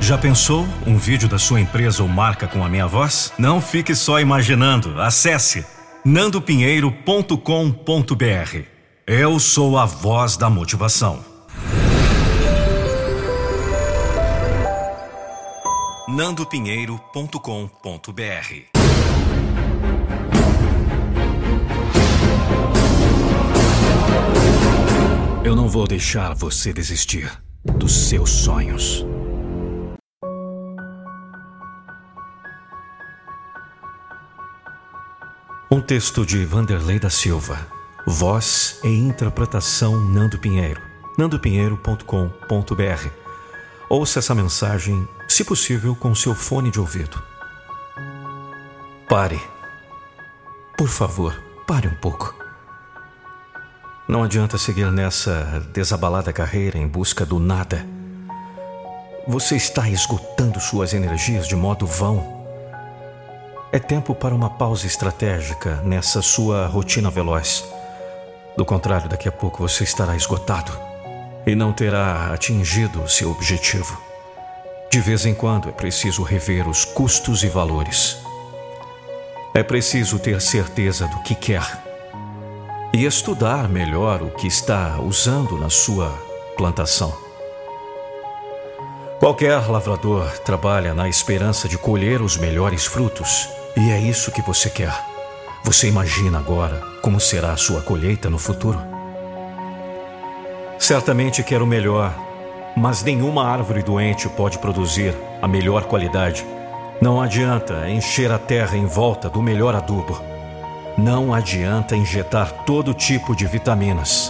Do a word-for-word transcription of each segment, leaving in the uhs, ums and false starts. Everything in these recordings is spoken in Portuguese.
Já pensou um vídeo da sua empresa ou marca com a minha voz? Não fique só imaginando. Acesse nando pinheiro ponto com ponto br. Eu sou a voz da motivação. nando pinheiro ponto com ponto br. Eu não vou deixar você desistir dos seus sonhos. Um texto de Vanderlei da Silva. Voz e interpretação Nando Pinheiro. nando pinheiro ponto com ponto br. Ouça essa mensagem, se possível, com seu fone de ouvido. Pare. Por favor, pare um pouco. Não adianta seguir nessa desabalada carreira em busca do nada. Você está esgotando suas energias de modo vão. É tempo para uma pausa estratégica nessa sua rotina veloz. Do contrário, daqui a pouco você estará esgotado e não terá atingido o seu objetivo. De vez em quando é preciso rever os custos e valores. É preciso ter certeza do que quer e estudar melhor o que está usando na sua plantação. Qualquer lavrador trabalha na esperança de colher os melhores frutos, e é isso que você quer. Você imagina agora como será a sua colheita no futuro? Certamente quer o melhor, mas nenhuma árvore doente pode produzir a melhor qualidade. Não adianta encher a terra em volta do melhor adubo. Não adianta injetar todo tipo de vitaminas.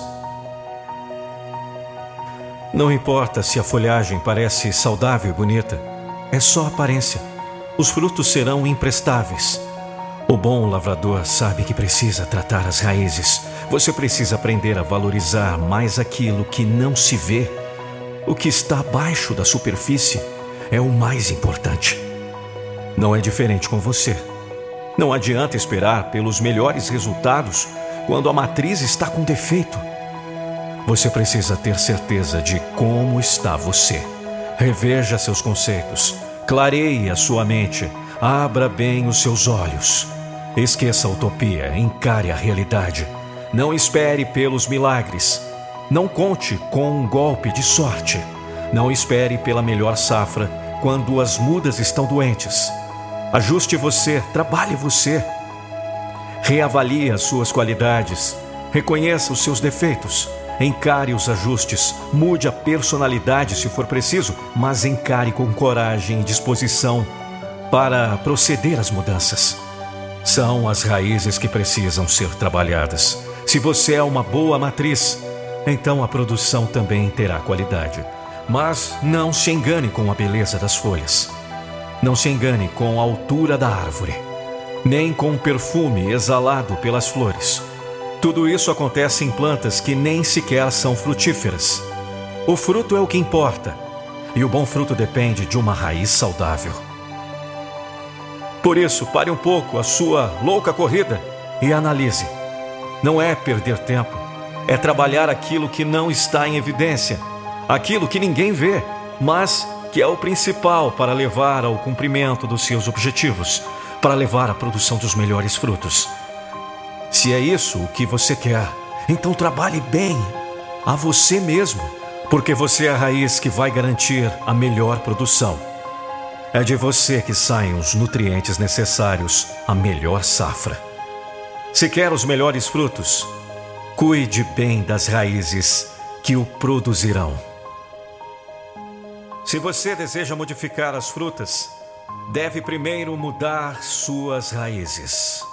Não importa se a folhagem parece saudável e bonita, é só aparência. Os frutos serão imprestáveis. O bom lavrador sabe que precisa tratar as raízes. Você precisa aprender a valorizar mais aquilo que não se vê. O que está abaixo da superfície é o mais importante. Não é diferente com você. Não adianta esperar pelos melhores resultados quando a matriz está com defeito. Você precisa ter certeza de como está você. Reveja seus conceitos, clareie a sua mente, abra bem os seus olhos. Esqueça a utopia, encare a realidade. Não espere pelos milagres. Não conte com um golpe de sorte. Não espere pela melhor safra quando as mudas estão doentes. Ajuste você, trabalhe você. Reavalie as suas qualidades. Reconheça os seus defeitos. Encare os ajustes. Mude a personalidade se for preciso, mas encare com coragem e disposição para proceder às mudanças. São as raízes que precisam ser trabalhadas. Se você é uma boa matriz, então a produção também terá qualidade. Mas não se engane com a beleza das folhas. Não se engane com a altura da árvore, nem com o perfume exalado pelas flores. Tudo isso acontece em plantas que nem sequer são frutíferas. O fruto é o que importa, e o bom fruto depende de uma raiz saudável. Por isso, pare um pouco a sua louca corrida e analise. Não é perder tempo, é trabalhar aquilo que não está em evidência, aquilo que ninguém vê, mas que é o principal para levar ao cumprimento dos seus objetivos, para levar à produção dos melhores frutos. Se é isso o que você quer, então trabalhe bem a você mesmo, porque você é a raiz que vai garantir a melhor produção. É de você que saem os nutrientes necessários à melhor safra. Se quer os melhores frutos, cuide bem das raízes que o produzirão. Se você deseja modificar as frutas, deve primeiro mudar suas raízes.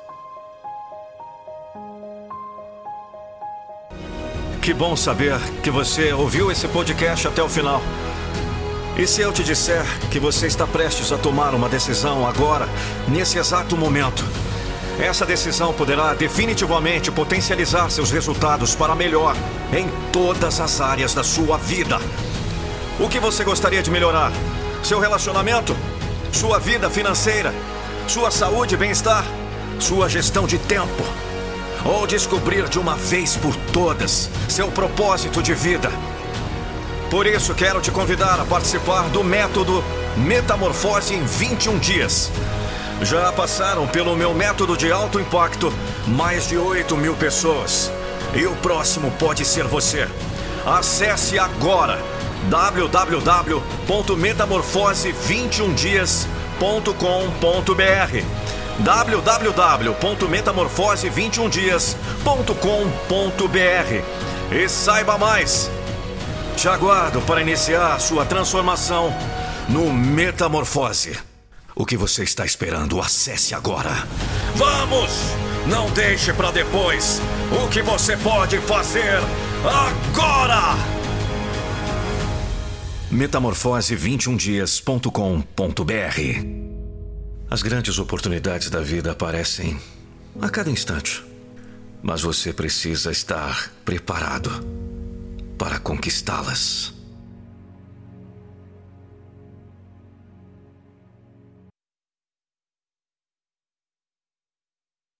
Que bom saber que você ouviu esse podcast até o final. E se eu te disser que você está prestes a tomar uma decisão agora, nesse exato momento? Essa decisão poderá definitivamente potencializar seus resultados para melhor em todas as áreas da sua vida. O que você gostaria de melhorar? Seu relacionamento? Sua vida financeira? Sua saúde e bem-estar? Sua gestão de tempo? Ou descobrir de uma vez por todas seu propósito de vida? Por isso, quero te convidar a participar do método Metamorfose em vinte e um dias. Já passaram pelo meu método de alto impacto mais de oito mil pessoas. E o próximo pode ser você. Acesse agora w w w ponto metamorfose vinte e um dias ponto com ponto b r w w w ponto metamorfose vinte e um dias ponto com ponto b r e saiba mais. Te aguardo para iniciar sua transformação no Metamorfose. O que você está esperando? Acesse agora. Vamos! Não deixe para depois o que você pode fazer agora! metamorfose vinte e um dias ponto com ponto b r. As grandes oportunidades da vida aparecem a cada instante, mas você precisa estar preparado para conquistá-las.